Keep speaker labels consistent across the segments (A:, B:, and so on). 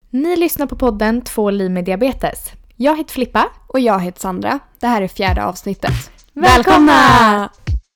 A: Ni lyssnar på podden Två liv med diabetes. Jag heter Filippa.
B: Och jag heter Sandra. Det här är 4:e avsnittet.
A: Välkomna!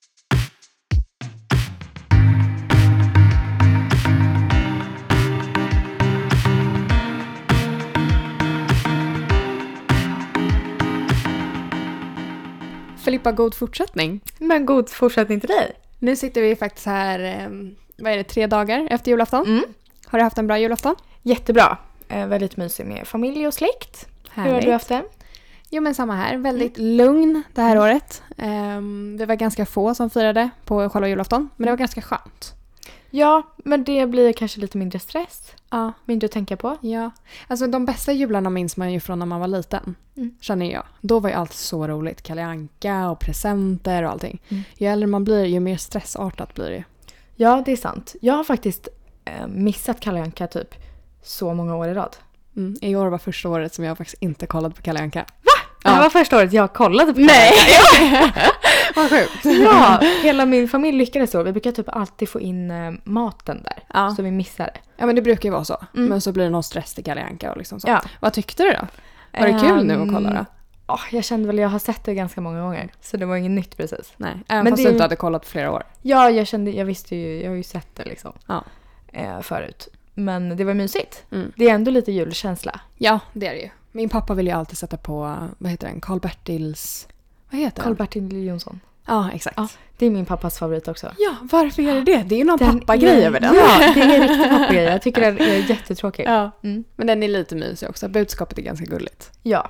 B: Filippa, god fortsättning.
A: Men god fortsättning till dig.
B: Nu sitter vi faktiskt här, 3 dagar efter julafton. Har du haft en bra julafton?
A: Jättebra. Väldigt mysig med familj och släkt.
B: Härligt.
A: Hur har du haft det?
B: Jo, men samma här. Väldigt lugn det här året. Vi var ganska få som firade på själva julafton. Men det var ganska skönt.
A: Ja, men det blir kanske lite mindre stress.
B: Ja.
A: Mindre att tänka på.
B: Ja. Alltså de bästa jularna minns man ju från när man var liten. Känner jag. Då var ju allt så roligt. Kalle Anka och presenter och allting. Ju äldre man blir, ju mer stressartat blir det.
A: Ja, det är sant. Jag har faktiskt missat Kalle Anka typ så många år i rad.
B: I år var första året som jag faktiskt inte kollade på Kalle Anka.
A: Va? Det här var första året jag kollade på Kalle
B: Nej!
A: Anka.
B: Vad sjukt.
A: Ja, hela min familj lyckades så. Vi brukar typ alltid få in maten där.
B: Ja.
A: Så vi missar det.
B: Ja, men det brukar ju vara så. Men så blir det någon stress till Kalle Anka och liksom så.
A: Ja.
B: Vad tyckte du då? Var det kul nu att kolla då?
A: Jag kände väl, jag har sett det ganska många gånger. Så det var inget nytt precis.
B: Nej, även
A: men
B: fast du inte hade kollat på flera år.
A: Ja, jag visste ju, jag har ju sett det liksom.
B: Ja.
A: Förut. Men det var mysigt. Det är ändå lite julkänsla.
B: Ja, det är det ju. Min pappa vill ju alltid sätta på, vad heter den? Karl-Bertils... Vad heter den?
A: Karl-Bertil Jonsson.
B: Ja, exakt.
A: Ja, det är min pappas favorit också.
B: Ja, varför gör det? Det är ju någon pappagrej över den.
A: Ja, det är en riktig pappagrej. Jag tycker den är jättetråkig.
B: Ja. Men den är lite mysig också. Budskapet är ganska gulligt.
A: Ja.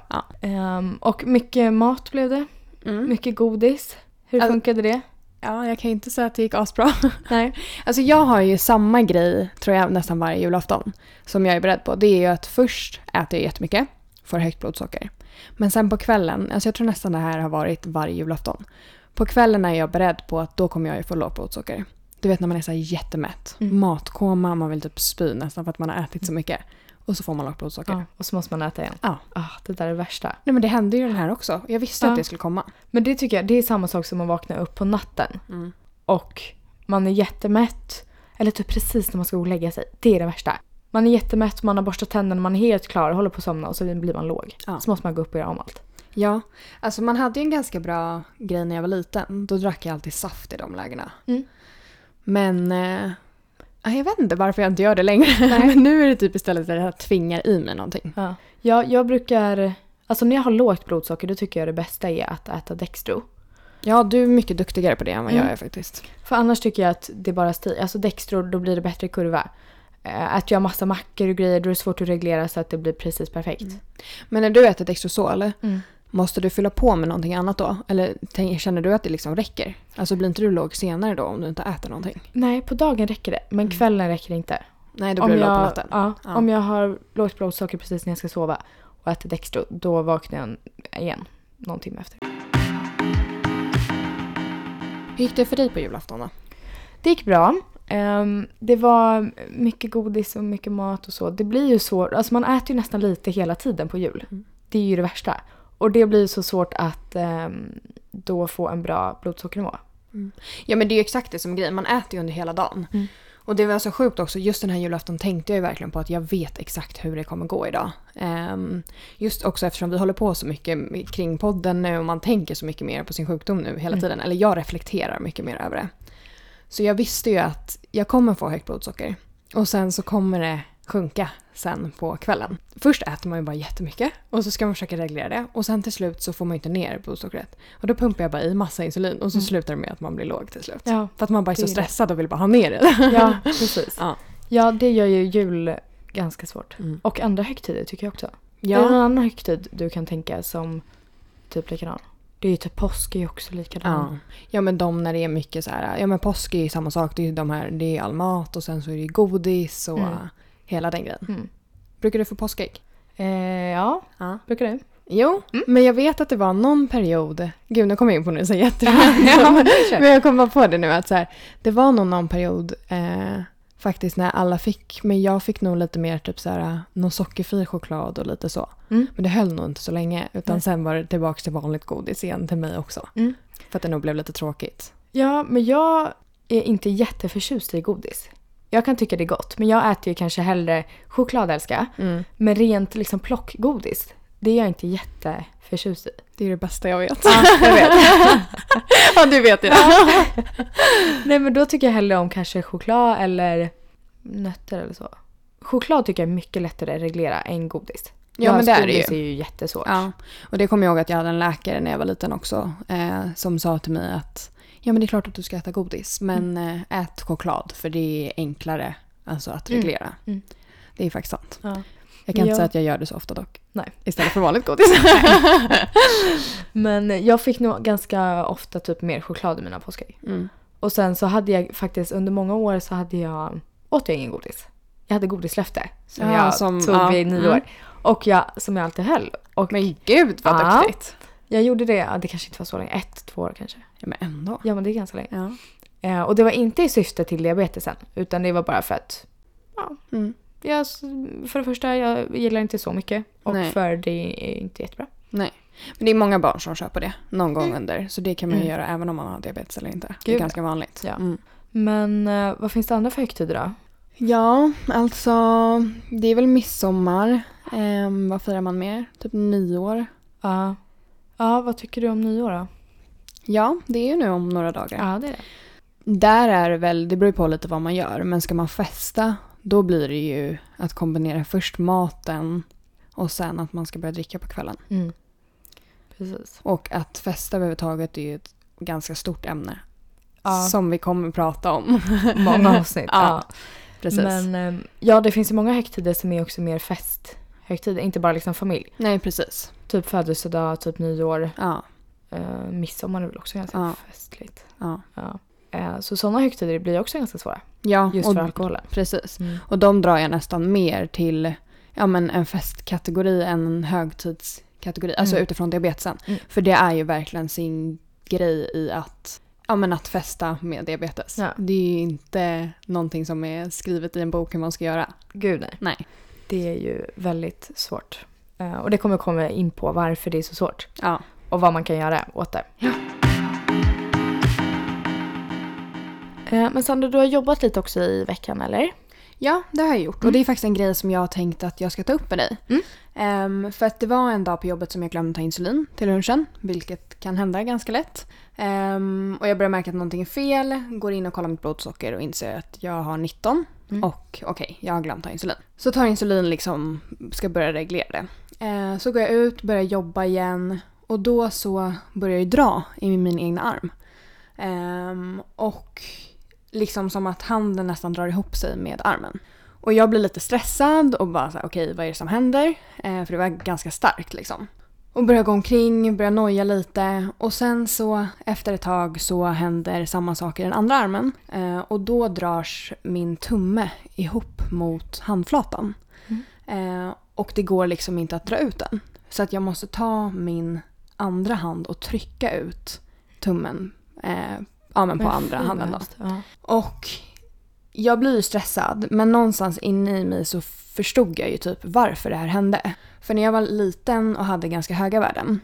A: Och mycket mat blev det. Mycket godis. Hur funkade det?
B: Ja, jag kan inte säga att det gick asbra.
A: Nej.
B: Alltså jag har ju samma grej, tror jag, nästan varje julafton som jag är beredd på. Det är ju att först äter jag jättemycket, får högt blodsocker. Men sen på kvällen, alltså jag tror nästan det här har varit varje julafton. På kvällen är jag beredd på att då kommer jag ju få lågt blodsocker. Du vet när man är så här jättemätt. Matkoma, man vill typ spy nästan för att man har ätit så mycket. Och så får man lågt blodsocker.
A: Ja, och så måste man äta igen.
B: Ja.
A: Det där är det värsta.
B: Nej, men det hände ju den här också. Jag visste att det skulle komma.
A: Men det tycker jag, det är samma sak som att vakna upp på natten. Och man är jättemätt. Eller typ precis när man ska gå och lägga sig. Det är det värsta. Man är jättemätt, man har borstat tänderna, man är helt klar, håller på att somna och så blir man låg. Ja. Så måste man gå upp och göra om allt.
B: Ja, alltså man hade ju en ganska bra grej när jag var liten. Då drack jag alltid saft i de lägena. Men jag vet inte varför jag inte gör det längre. Men nu är det typ istället att jag tvingar i mig någonting.
A: Ja, jag brukar... Alltså när jag har lågt blodsocker då tycker jag det bästa är att äta Dextro.
B: Ja, du är mycket duktigare på det än vad jag är faktiskt.
A: För annars tycker jag att det bara stiger. Alltså Dextro, då blir det bättre kurva. Att jag har massa mackor och grejer, då är det svårt att reglera så att det blir precis perfekt.
B: Men när du äter Dextrosol, måste du fylla på med någonting annat då? Eller känner du att det liksom räcker? Alltså blir inte du låg senare då om du inte äter någonting?
A: Nej, på dagen räcker det. Men kvällen räcker det inte.
B: Nej, då blir det låg på natten.
A: Ja, om jag har lågt blodsocker precis när jag ska sova och äter Dextro, då vaknar jag igen någon timme efter.
B: Hur gick det för dig på julafton då?
A: Det gick bra. Det var mycket godis och mycket mat och så. Det blir ju svårt. Alltså man äter ju nästan lite hela tiden på jul. Det är ju det värsta. Och det blir så svårt att då få en bra blodsockernivå.
B: Ja, men det är ju exakt det som är grejen. Man äter ju under hela dagen. Och det var så sjukt också. Just den här julafton tänkte jag ju verkligen på att jag vet exakt hur det kommer gå idag. Just också eftersom vi håller på så mycket kring podden nu och man tänker så mycket mer på sin sjukdom nu hela tiden. Eller jag reflekterar mycket mer över det. Så jag visste ju att jag kommer få högt blodsocker. Och sen så kommer det sjunka sen på kvällen. Först äter man ju bara jättemycket och så ska man försöka reglera det. Och sen till slut så får man ju inte ner blodsockret. Och då pumpar jag bara i massa insulin och så slutar det med att man blir låg till slut. Ja, för att man bara är så stressad och vill bara ha ner det.
A: Ja, precis. Ja, det gör ju jul ganska svårt. Och andra högtider tycker jag också. Ja. Är det någon annan högtid du kan tänka som typ likadan? Det är ju typ påsk är ju också likadan.
B: Ja, men de när det är mycket så här. Ja, men påsk är ju samma sak. Det är de här, det är all mat och sen så är det godis och hela den grejen. Brukar du få påskägg?
A: Ja, brukar du?
B: Jo, men jag vet att det var någon period. Gud, nu kommer jag in på det så jättebra. Men jag kommer på det nu att så här, det var någon period faktiskt när alla fick, men jag fick nog lite mer typ så här någon sockerfri choklad och lite så. Men det höll nog inte så länge utan sen var det tillbaka till vanligt godis igen till mig också. För att det nog blev lite tråkigt.
A: Ja, men jag är inte jätteförtjust i godis. Jag kan tycka det är gott, men jag äter ju kanske hellre choklad älskar jag. Men rent liksom plockgodis, det är jag inte jätteförtjust i.
B: Det är det bästa jag vet.
A: Ja, jag vet.
B: Ja, du vet det.
A: Nej, men då tycker jag hellre om kanske choklad eller nötter eller så. Choklad tycker jag är mycket lättare att reglera än godis.
B: Ja, men det är det
A: godis är ju jättesvårt.
B: Ja, och det kommer jag ihåg att jag hade en läkare när jag var liten också som sa till mig att ja, men det är klart att du ska äta godis, men ät choklad för det är enklare alltså, att reglera. Det är faktiskt sant.
A: Ja.
B: Jag kan inte säga att jag gör det så ofta dock.
A: Nej.
B: Istället för vanligt godis.
A: Men jag fick nog ganska ofta typ mer choklad i mina påskägg. Och sen så hade jag faktiskt under många år så åt jag ingen godis. Jag hade godislöfte som jag tog vid 9 år. Och som jag alltid höll. Och,
B: men gud vad duktigt.
A: Jag gjorde det, det kanske inte var så länge, 1-2 år kanske.
B: Ja, men ändå.
A: Ja, men det är ganska länge.
B: Ja.
A: Och det var inte i syfte till diabetesen, utan det var bara för att för det första, jag gillar inte så mycket. Och för det är inte jättebra. Nej.
B: Men det är många barn som kör på det någon gång under. Så det kan man ju göra även om man har diabetes eller inte. Det är ganska vanligt.
A: Ja. Men vad finns det andra för högtider då?
B: Ja, alltså det är väl midsommar. Vad firar man mer? Typ nyår.
A: Ja, vad tycker du om nyår då?
B: Ja, det är ju nu om några dagar.
A: Ja, det är det.
B: Där är det väl, det beror ju på lite vad man gör. Men ska man festa, då blir det ju att kombinera först maten och sen att man ska börja dricka på kvällen.
A: Precis.
B: Och att festa överhuvudtaget är ju ett ganska stort ämne. Som vi kommer att prata om.
A: Många avsnitt.
B: Ja, precis.
A: Men det finns ju många högtider som är också mer festhögtider. Inte bara liksom familj.
B: Nej, precis.
A: Typ födelsedag, typ nyår.
B: Ja.
A: Midsommar är väl också ganska festligt.
B: Ja.
A: Så sådana högtider blir också ganska svåra.
B: Ja,
A: just för alkoholen.
B: Precis. Och de drar jag nästan mer till en festkategori än en högtidskategori. Alltså utifrån diabetesen. För det är ju verkligen sin grej i att festa med diabetes. Ja. Det är ju inte någonting som är skrivet i en bok hur man ska göra.
A: Gud nej. Det är ju väldigt svårt. Och det kommer komma in på varför det är så svårt. Ja. Och vad man kan göra åt det. Ja. Men Sandra, du har jobbat lite också i veckan, eller?
B: Ja, det har jag gjort. Och det är faktiskt en grej som jag har tänkt att jag ska ta upp med dig. För att det var en dag på jobbet som jag glömde ta insulin till lunchen. Vilket kan hända ganska lätt. Och jag börjar märka att någonting är fel. Går in och kollar mitt blodsocker och inser att jag har 19. Och jag har glömt ta insulin. Så tar insulin liksom, ska börja reglera det. Så går jag ut, börjar jobba igen. Och då så börjar jag dra i min egna arm. Och liksom som att handen nästan drar ihop sig med armen. Och jag blir lite stressad och bara så här, okej, vad är det som händer? För det var ganska starkt liksom. Och börjar gå omkring, börjar noja lite. Och sen så efter ett tag så händer samma sak i den andra armen. Och då dras min tumme ihop mot handflatan. Och det går liksom inte att dra ut den. Så att jag måste ta min andra hand och trycka ut tummen på andra handen då. Ja. Och jag blir ju stressad, men någonstans inne i mig så förstod jag ju typ varför det här hände. För när jag var liten och hade ganska höga värden,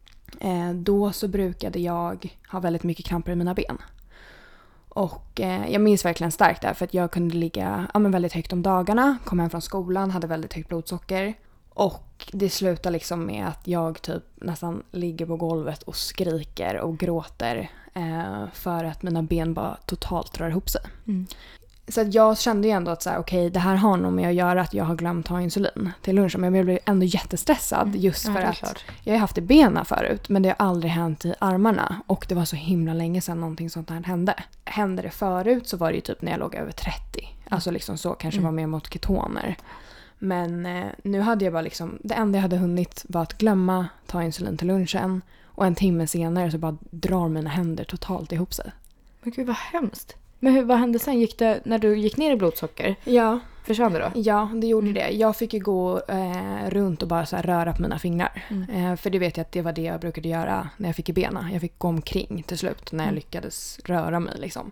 B: då så brukade jag ha väldigt mycket kramper i mina ben. Och jag minns verkligen starkt där för att jag kunde ligga väldigt högt om dagarna, kom hem från skolan, hade väldigt högt blodsocker. Och det slutar liksom med att jag typ nästan ligger på golvet och skriker och gråter för att mina ben bara totalt drar ihop sig. Så att jag kände ju ändå att okej, det här har nog med att göra att jag har glömt ha insulin till lunchen. Men jag blev ändå jättestressad just för att jag har haft i benen förut, men det har aldrig hänt i armarna. Och det var så himla länge sedan någonting sånt här hände. Hände det förut så var det ju typ när jag låg över 30. Alltså liksom så, kanske var mer mot ketoner. Men nu hade jag bara liksom, det enda jag hade hunnit var att glömma ta insulin till lunchen. Och en timme senare så bara drar mina händer totalt ihop sig.
A: Men gud vad hemskt. Men vad hände sen? Gick det när du gick ner i blodsocker?
B: Ja.
A: Försvann det då?
B: Ja, det gjorde det. Jag fick ju gå runt och bara så här röra på mina fingrar. För det vet jag att det var det jag brukade göra när jag fick i benen. Jag fick gå omkring till slut när jag lyckades röra mig liksom.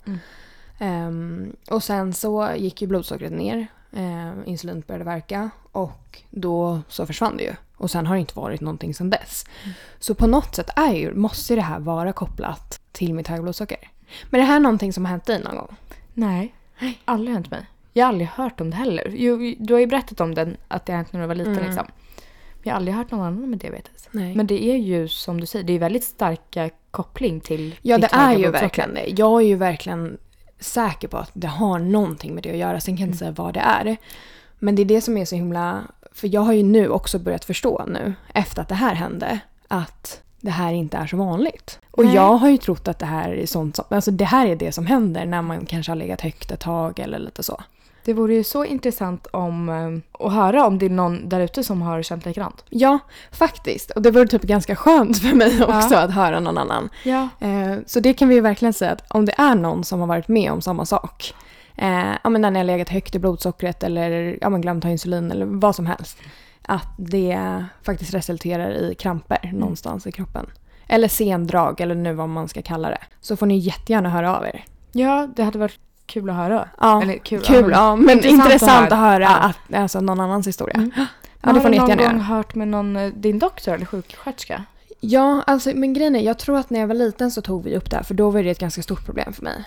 B: Och sen så gick ju blodsockret ner. Insulin började verka och då så försvann det ju. Och sen har det inte varit någonting sedan dess. Så på något sätt måste det här vara kopplat till mitt höga blodsocker. Men är det här någonting som har hänt dig någon gång?
A: Nej, aldrig hänt mig. Jag har aldrig hört om det heller. Du har ju berättat om den, att det har hänt när du var liten liksom. Jag har aldrig hört någon annan med diabetes.
B: Nej.
A: Men det är ju, som du säger, det är väldigt starka koppling till...
B: Ja, det är ju verkligen det. Jag är ju verkligen säker på att det har någonting med det att göra. Sen kan jag inte säga vad det är. Men det är det som är så himla... För jag har ju nu också börjat förstå nu, efter att det här hände, att det här inte är så vanligt. Och jag har ju trott att det här är sånt som... Alltså det här är det som händer när man kanske har legat högt ett tag eller lite så.
A: Det vore ju så intressant att höra om det är någon där ute som har känt likadant.
B: Ja, faktiskt. Och det vore typ ganska skönt för mig också att höra någon annan.
A: Ja.
B: Så det kan vi ju verkligen säga att om det är någon som har varit med om samma sak. Men när ni har legat högt i blodsockret eller glömt ta insulin eller vad som helst. Att det faktiskt resulterar i kramper någonstans i kroppen. Eller sendrag eller nu vad man ska kalla det. Så får ni jättegärna höra av er.
A: Ja, det hade varit kul att höra.
B: Ja,
A: eller
B: men intressant att höra att, alltså, någon annans historia. Ja, det får ni jättegärna
A: göra. Har du någon gång hört med din doktor eller sjuksköterska?
B: Ja, alltså men grejen är, jag tror att när jag var liten så tog vi upp det här, för då var det ett ganska stort problem för mig.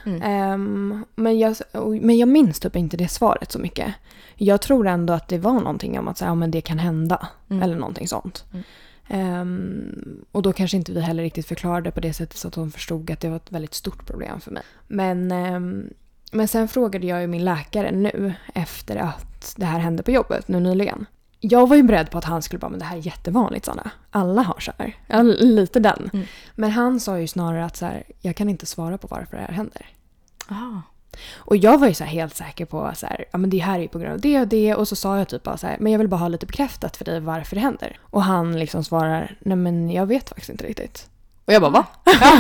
B: Men jag minns typ inte det svaret så mycket. Jag tror ändå att det var någonting om att säga, men det kan hända, eller någonting sånt. Och då kanske inte vi heller riktigt förklarade på det sättet så att de förstod att det var ett väldigt stort problem för mig. Men sen frågade jag ju min läkare nu efter att det här hände på jobbet nu nyligen. Jag var ju beredd på att han skulle bara, men det här är jättevanligt, Sanna. Alla har så här. Ja, lite den. Men han sa ju snarare att så här, jag kan inte svara på varför det här händer. Och jag var ju så här helt säker på så här, ja men det här är ju på grund av det och det. Och så sa jag typ bara så här, men jag vill bara ha lite bekräftat för dig varför det händer. Och han liksom svarar, nej men jag vet faktiskt inte riktigt. Och jag bara, va?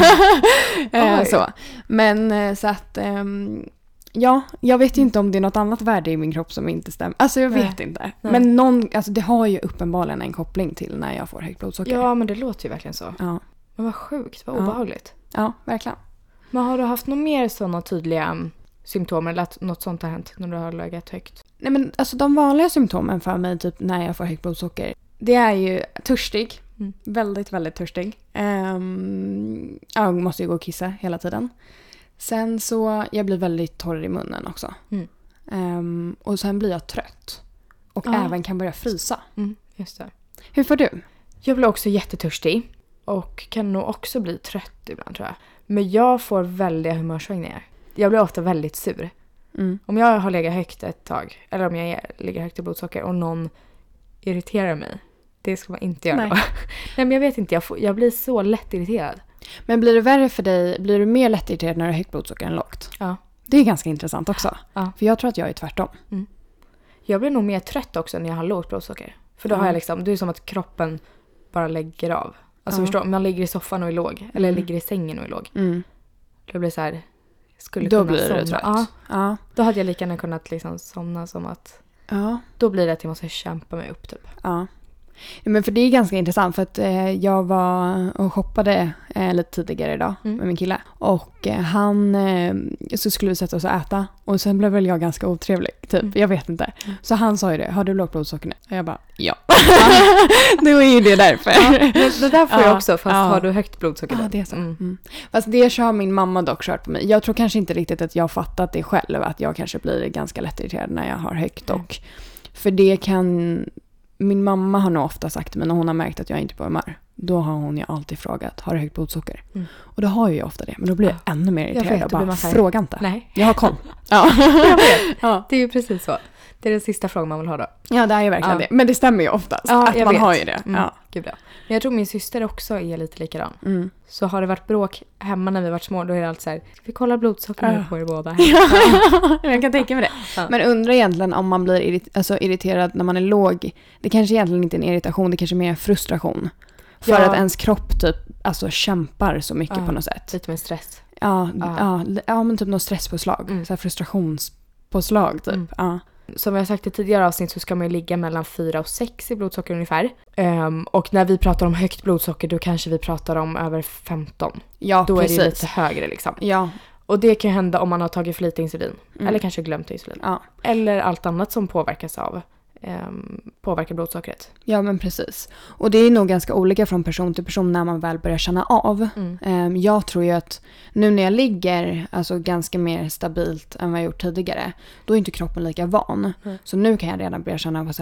B: Så. Men så att... Ja, jag vet ju inte om det är något annat värde i min kropp som inte stämmer. Alltså jag vet inte. Nej. Men det har ju uppenbarligen en koppling till när jag får högt blodsocker.
A: Ja, men det låter ju verkligen så.
B: Ja.
A: Men vad sjukt, vad obehagligt.
B: Ja, verkligen.
A: Men har du haft något mer sådana tydliga symptom eller att något sånt har hänt när du har legat högt?
B: Nej, men alltså de vanliga symptomen för mig typ när jag får högt blodsocker, det är ju törstig. Väldigt, väldigt törstig. Jag måste ju gå och kissa hela tiden. Sen så, jag blir väldigt torr i munnen också. Och sen blir jag trött. Och även kan börja frysa.
A: Just det.
B: Hur får du?
A: Jag blir också jättetörstig. Och kan nog också bli trött ibland, tror jag. Men jag får väldiga humörsvängningar. Jag blir ofta väldigt sur. Om jag har legat högt ett tag, eller om jag ligger högt i blodsocker och någon irriterar mig. Det ska man inte göra. Nej, men jag vet inte, jag blir så lätt irriterad.
B: Men blir det värre för dig, blir du mer lättirriterad när du har högt blodsocker än lågt?
A: Ja.
B: Det är ganska intressant också.
A: Ja.
B: För jag tror att jag är tvärtom.
A: Jag blir nog mer trött också när jag har lågt blodsocker. För då har jag liksom, det är som att kroppen bara lägger av. Alltså förstår, om man ligger i soffan och är låg. Eller ligger i sängen och är låg. Då blir det så här, skulle
B: då
A: kunna
B: blir
A: somna.
B: Du trött.
A: Ja. Då hade jag lika gärna kunnat liksom somna som att...
B: Ja.
A: Då blir det att jag måste kämpa mig upp typ.
B: Ja. Men för det är ganska intressant för att jag var och shoppade lite tidigare idag med min kille. Och så skulle vi sätta oss och äta. Och sen blev väl jag ganska otrevlig, typ. Jag vet inte. Så han sa ju det, har du lågt blodsocker nu? Och jag bara, ja. Det var ju det därför.
A: Det där får jag också, fast har du högt blodsocker?
B: Ja, det är så. Fast det har min mamma dock kört på mig. Jag tror kanske inte riktigt att jag fattat det själv. Att jag kanske blir ganska lättirriterad när jag har högt. Och för det kan... Min mamma har nog ofta sagt till mig när hon har märkt att jag inte är på humör. Då har hon ju alltid frågat, har du högt blodsocker? Och då har ju jag ofta det. Men då blir jag ännu mer irriterad. Jag bara, fråga inte.
A: Nej.
B: Jag har koll. Ja.
A: Jag vet. Ja. Det är ju precis så. Det är den sista frågan man vill ha då.
B: Ja, det är ju verkligen det. Men det stämmer ju oftast.
A: Ja,
B: att man har ju det. Ja.
A: Gud, ja. Men jag tror min syster också är lite likadan. Så har det varit bråk hemma när vi varit små, då är det alltid så här, ska vi kolla blodsocker nu på er båda?
B: Jag kan tänka mig det. Ja. Men undrar egentligen om man blir irriterad när man är låg. Det kanske egentligen inte är en irritation, det kanske är mer en frustration. För att ens kropp typ kämpar så mycket på något sätt.
A: Lite med stress.
B: Ja, men typ något stresspåslag. Så här frustrationspåslag typ. Ja.
A: Som jag sagt i tidigare avsnitt så ska man ju ligga mellan 4 och 6 i blodsocker ungefär. Och när vi pratar om högt blodsocker då kanske vi pratar om över 15.
B: Ja,
A: då
B: precis.
A: Är det lite högre liksom.
B: Ja.
A: Och det kan hända om man har tagit för lite insulin. Eller kanske glömt insulin.
B: Ja.
A: Eller allt annat som påverkas av påverkar blodsockret.
B: Ja, men precis. Och det är nog ganska olika från person till person när man väl börjar känna av. Jag tror ju att nu när jag ligger alltså ganska mer stabilt än vad jag gjort tidigare, då är inte kroppen lika van. Så nu kan jag redan börja känna på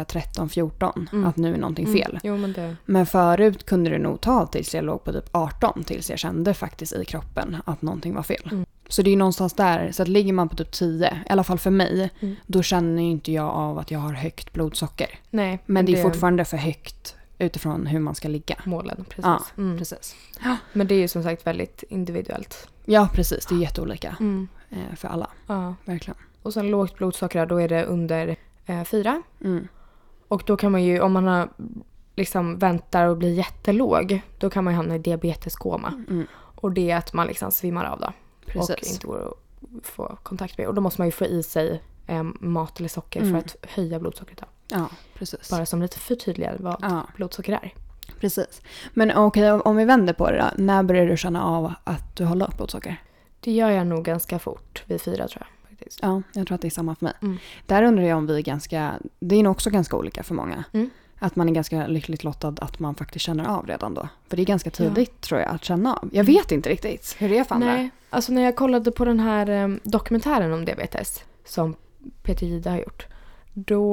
B: 13-14 att nu är någonting fel.
A: Jo, men,
B: men förut kunde det nog ta tills jag låg på typ 18 tills jag kände faktiskt i kroppen att någonting var fel. Så det är någonstans där, så att ligger man på typ 10, i alla fall för mig, då känner ju inte jag av att jag har högt blodsocker.
A: Nej.
B: Men det är fortfarande för högt utifrån hur man ska ligga.
A: Målen, precis.
B: Ja, precis.
A: Ja. Men det är ju som sagt väldigt individuellt.
B: Ja, precis. Det är jätteolika för alla.
A: Ja.
B: Verkligen.
A: Och sen lågt blodsocker, då är det under 4. Och då kan man ju, om man har liksom väntar och blir jättelåg, då kan man ju hamna i diabeteskoma. Och det är att man liksom svimmar av då. Precis. Och inte går att få kontakt med. Och då måste man ju få i sig mat eller socker för att höja blodsockret då.
B: Ja, precis.
A: Bara som lite förtydligare vad blodsocker är.
B: Precis. Men okej, om vi vänder på det då. När börjar du känna av att du har lågt blodsocker?
A: Det gör jag nog ganska fort, vid 4 tror jag. Faktiskt.
B: Ja, jag tror att det är samma för mig. Där undrar jag om vi är ganska, det är nog också ganska olika för många. Att man är ganska lyckligt lottad att man faktiskt känner av redan då. För det är ganska tidigt tror jag att känna av. Jag vet inte riktigt hur det är för andra.
A: Nej, alltså när jag kollade på den här dokumentären om diabetes som Peter Jihde har gjort. Då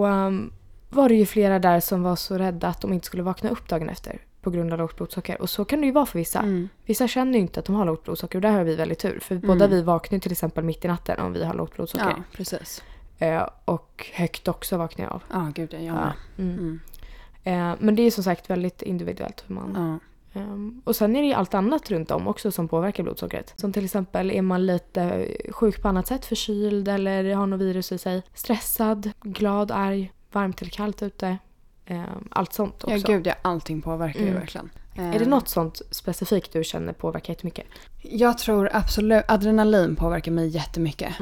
A: var det ju flera där som var så rädda att de inte skulle vakna upp dagen efter på grund av lågt blodsocker. Och så kan det ju vara för vissa. Vissa känner ju inte att de har lågt blodsocker och där har vi väldigt tur. För båda vi vaknar till exempel mitt i natten om vi har lågt blodsocker.
B: Ja, precis.
A: Och högt också vaknar jag av.
B: Ja, gud, jag med.
A: Men det är som sagt väldigt individuellt hur man... och sen är det ju allt annat runt om också som påverkar blodsockret. Som till exempel är man lite sjuk på annat sätt, förkyld eller har något virus i sig. Stressad, glad, arg, varmt eller kallt ute. Allt sånt också.
B: Ja, gud, ja, allting påverkar ju verkligen.
A: Är det något sånt specifikt du känner påverkar jättemycket?
B: Jag tror absolut, adrenalin påverkar mig jättemycket.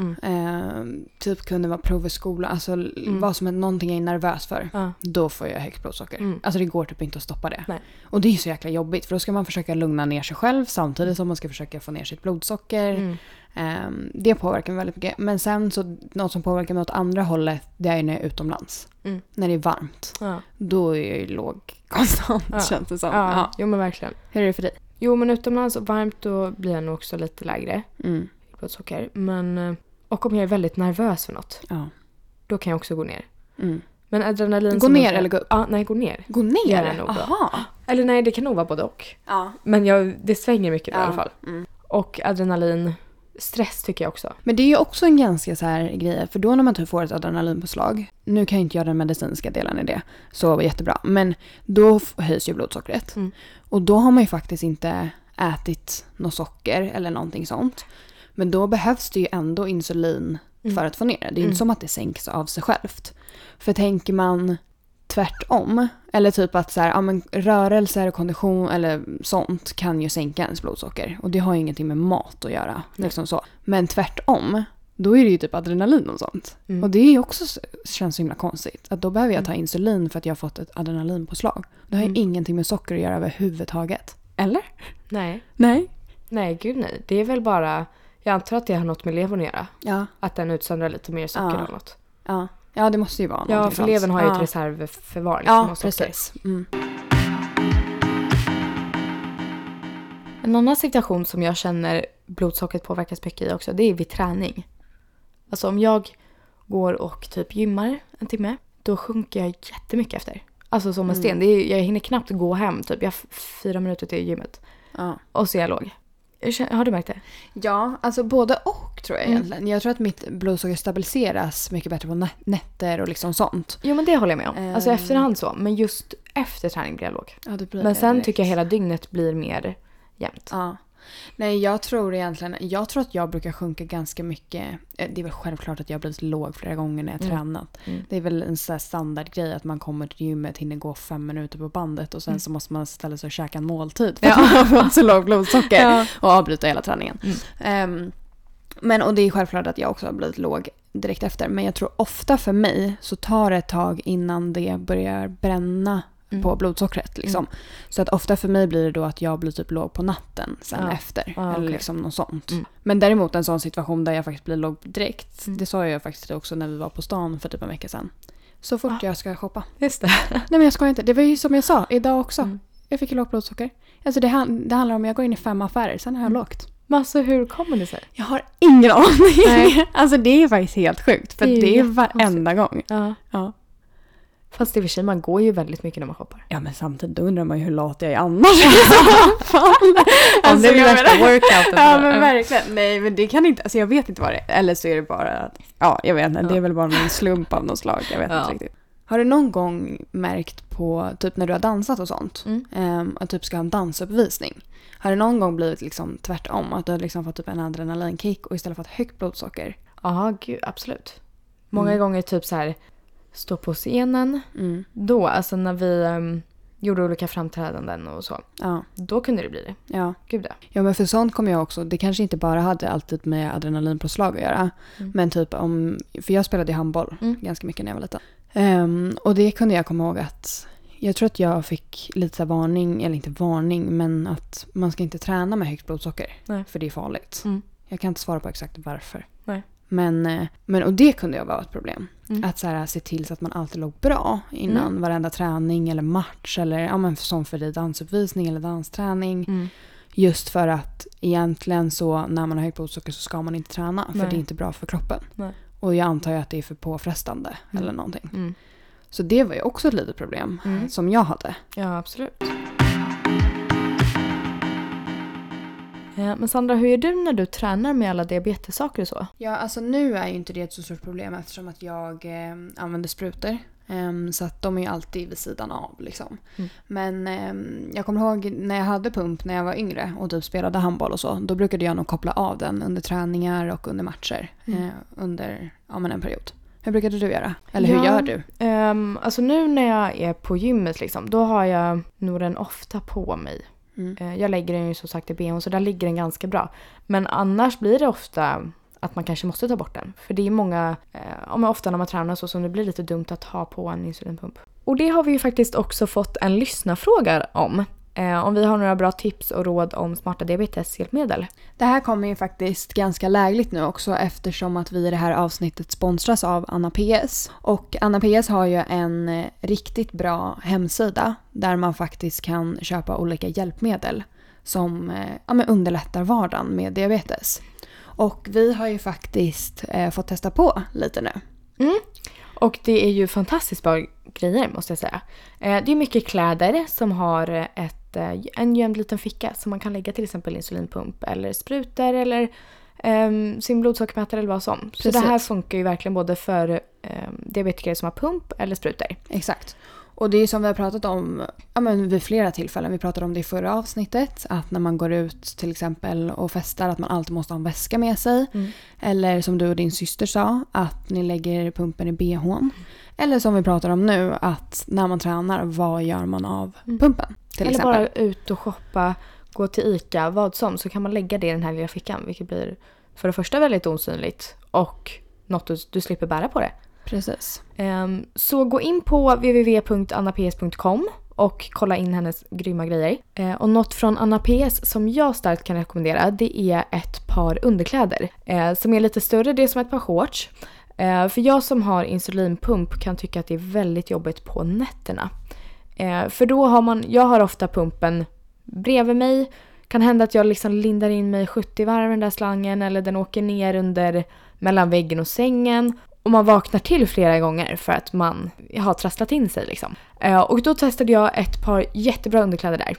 B: Typ kunde vara prov i skolan, alltså vad som är någonting jag är nervös för, då får jag högt blodsocker. Alltså det går typ inte att stoppa det.
A: Nej.
B: Och det är så jäkla jobbigt, för då ska man försöka lugna ner sig själv samtidigt som man ska försöka få ner sitt blodsocker. Det påverkar mig väldigt mycket. Men sen så, något som påverkar mig åt andra hållet, det är när jag är utomlands. När det är varmt. Då är jag ju låg konstant, känns det som.
A: Ja, jo men verkligen.
B: Hur är det för dig?
A: Jo men utomlands och varmt då blir jag nog också lite lägre blodsocker. Men, och om jag är väldigt nervös för något, då kan jag också gå ner. Men adrenalin...
B: Gå ner eller gå upp?
A: Ja, nej, gå ner.
B: Gå ner?
A: Det är nog bra. Eller nej, det kan nog vara både och.
B: Ja.
A: Men det svänger mycket i alla fall. Och adrenalin... Stress tycker jag också.
B: Men det är ju också en ganska så här grej. För då när man typ får ett adrenalinpåslag. Nu kan jag inte göra den medicinska delen i det. Så jättebra. Men då höjs ju blodsockret. Och då har man ju faktiskt inte ätit något socker eller någonting sånt. Men då behövs det ju ändå insulin för att få ner det. Det är ju inte som att det sänks av sig självt. För tänker man tvärtom. Eller typ att så här, ja, men rörelser och kondition eller sånt kan ju sänka ens blodsocker. Och det har ju ingenting med mat att göra. Liksom så. Men tvärtom, då är det ju typ adrenalin och sånt. Och det är ju också, känns så himla konstigt. Att då behöver jag ta insulin för att jag har fått ett adrenalinpåslag. Det har ju ingenting med socker att göra överhuvudtaget. Eller?
A: Nej.
B: Nej.
A: Nej, gud nej. Det är väl bara, jag antar att det har något med levern att göra.
B: Ja.
A: Att den utsöndrar lite mer socker eller något.
B: Ja. Ja, det måste ju vara någonting.
A: Ja, för levern har ju ett reservförvar. Liksom,
B: ja, precis.
A: En annan situation som jag känner blodsockret påverkas mycket i också, det är vid träning. Alltså om jag går och typ gymmar en timme, då sjunker jag jättemycket efter. Alltså som en sten. Jag hinner knappt gå hem. Typ. Jag har 4 minuter till gymmet. Och så är jag låg. Har du märkt det?
B: Ja, alltså både och tror jag egentligen. Jag tror att mitt blodsocker stabiliseras mycket bättre på nätter och liksom sånt.
A: Jo, men det håller jag med om. Alltså efterhand så. Men just efter träning blir jag låg.
B: Ja, det blir
A: men sen
B: direkt.
A: tycker jag hela dygnet blir mer jämnt.
B: Ja. Nej, jag tror att jag brukar sjunka ganska mycket. Det är väl självklart att jag har blivit låg flera gånger när jag tränat. Det är väl en sån här standardgrej att man kommer till gymmet, hinner gå 5 minuter på bandet och sen så måste man ställa sig och käka en måltid för att man har fått så låg blodsocker och avbryta hela träningen. Men och det är självklart att jag också har blivit låg direkt efter. Men jag tror ofta för mig så tar det ett tag innan det börjar bränna på blodsockret liksom. Så att ofta för mig blir det då att jag blir typ låg på natten sen efter. Eller liksom något sånt. Men däremot en sån situation där jag faktiskt blir låg direkt. Det sa jag faktiskt också när vi var på stan för typ en vecka sedan. Så fort jag ska shoppa.
A: Just det.
B: Nej men jag ska inte. Det var ju som jag sa idag också. Jag fick ju lågt blodsocker. Alltså det handlar om, jag går in i 5 affärer, sen har jag lågt.
A: Men alltså hur kommer det sig?
B: Jag har ingen aning. Nej. Alltså det är faktiskt helt sjukt. För det är varenda gång.
A: Ja. Fast i och för sig, man går ju väldigt mycket när man shoppar.
B: Ja, men samtidigt då undrar man ju hur lat jag är annars.
A: Om det blir värsta workouten.
B: Ja, men verkligen. Nej, men det kan inte, alltså jag vet inte vad det är. Eller så är det bara att, jag vet inte, det är väl bara en slump av något slag. Jag vet inte riktigt. Har du någon gång märkt på, typ när du har dansat och sånt, att typ ska ha en dansuppvisning? Har det någon gång blivit liksom tvärtom? Att du har liksom fått typ en adrenalinkick och istället för ett högt blodsocker?
A: Ja, gud, absolut. Många gånger typ så här, stå på scenen. Då, alltså när vi gjorde olika framträdanden och så. Ja. Då kunde det bli det.
B: Ja.
A: Gud ja.
B: Ja, men för sånt kommer jag också. Det kanske inte bara hade alltid med adrenalinpåslag att göra. Men typ för jag spelade i handboll ganska mycket när jag var liten. Och det kunde jag komma ihåg att jag tror att jag fick lite varning, eller inte varning, men att man ska inte träna med högt blodsocker. Nej. För det är farligt. Jag kan inte svara på exakt varför. Nej. Men och det kunde ju vara ett problem. Att så här, se till så att man alltid låg bra innan varenda träning eller match eller som för dig dansuppvisning eller dansträning. Just för att egentligen så när man har högt blodsocker så ska man inte träna. För det är inte bra för kroppen. Nej. Och jag antar ju att det är för påfrestande eller någonting. Så det var ju också ett litet problem som jag hade.
A: Ja, absolut. Men Sandra, hur är du när du tränar med alla diabetessaker och så?
B: Ja, alltså nu är ju inte det ett så stort problem eftersom att jag använder sprutor. Så att de är ju alltid vid sidan av liksom. Men jag kommer ihåg när jag hade pump när jag var yngre och typ spelade handboll och så. Då brukade jag nog koppla av den under träningar och under matcher under en period. Hur brukade du göra? Eller hur gör du?
A: Alltså nu när jag är på gymmet liksom, då har jag nog den ofta på mig. Jag lägger den ju som sagt i bhn så där ligger den ganska bra. Men annars blir det ofta att man kanske måste ta bort den. För det är många, ofta när man tränar så som det blir lite dumt att ha på en insulinpump. Och det har vi ju faktiskt också fått en lyssnarfråga om. Om vi har några bra tips och råd om smarta diabeteshjälpmedel.
B: Det här kommer ju faktiskt ganska lägligt nu också eftersom att vi i det här avsnittet sponsras av Anna PS. Och Anna PS har ju en riktigt bra hemsida där man faktiskt kan köpa olika hjälpmedel som underlättar vardagen med diabetes. Och vi har ju faktiskt fått testa på lite nu.
A: Och det är ju fantastiskt bra grejer måste jag säga. Det är mycket kläder som har en gömd liten ficka som man kan lägga till exempel insulinpump eller sprutor eller sin blodsockermätare eller vad som. Precis. Så det här funkar ju verkligen både för diabetiker som har pump eller sprutor.
B: Exakt. Och det är som vi har pratat om vid flera tillfällen. Vi pratade om det i förra avsnittet. Att när man går ut till exempel och festar att man alltid måste ha en väska med sig. Eller som du och din syster sa, att ni lägger pumpen i bhn. Eller som vi pratar om nu, att när man tränar, vad gör man av pumpen? Till
A: eller
B: exempel.
A: Bara ut och shoppa, gå till ICA, vad som. Så kan man lägga det i den här lilla fickan. Vilket blir för det första väldigt osynligt. Och något du slipper bära på det.
B: Precis.
A: Så gå in på www.annaps.com och kolla in hennes grymma grejer. Och något från Anna PS som jag starkt kan rekommendera, det är ett par underkläder. Som är lite större, det är som ett par shorts. För jag som har insulinpump kan tycka att det är väldigt jobbigt på nätterna. För då har jag har ofta pumpen bredvid mig. Kan hända att jag liksom lindar in mig 70 varv den där slangen eller den åker ner mellan väggen och sängen. Och man vaknar till flera gånger för att man har trasslat in sig liksom. Och då testade jag ett par jättebra underkläder där.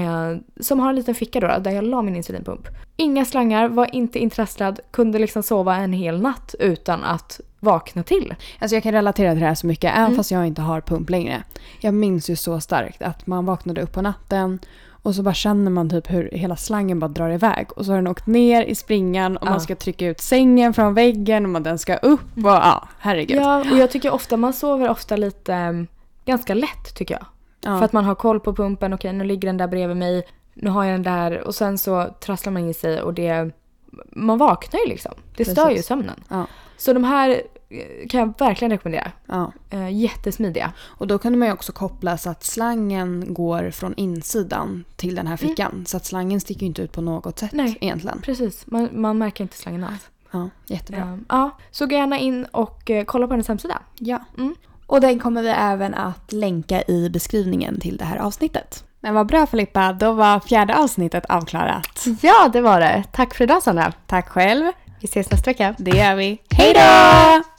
A: Som har en liten ficka då där jag la min insulinpump. Inga slangar, var inte intrasslad, kunde liksom sova en hel natt utan att vakna till.
B: Alltså jag kan relatera till det här så mycket, även fast jag inte har pump längre. Jag minns ju så starkt att man vaknade upp på natten och så bara känner man typ hur hela slangen bara drar iväg. Och så har den åkt ner i springan och man ska trycka ut sängen från väggen och den ska upp och herregud.
A: Ja, och jag tycker man sover ofta lite ganska lätt tycker jag. Ja. För att man har koll på pumpen, okej nu ligger den där bredvid mig, nu har jag den där och sen så trasslar man in sig och man vaknar ju liksom. Det stör ju sömnen. Ja. Så de här kan jag verkligen rekommendera. Ja. Jättesmidiga.
B: Och då kunde man ju också koppla så att slangen går från insidan till den här fickan. Så att slangen sticker ju inte ut på något sätt egentligen.
A: Precis, man märker inte slangen alls.
B: Ja, jättebra.
A: Så gå gärna in och kolla på hennes hemsida.
B: Ja.
C: Och den kommer vi även att länka i beskrivningen till det här avsnittet.
B: Men vad bra Filippa, då var 4:e avsnittet avklarat.
A: Ja, det var det. Tack för idag Sandra.
B: Tack själv.
A: Vi ses nästa vecka.
B: Det gör vi.
C: Hej då!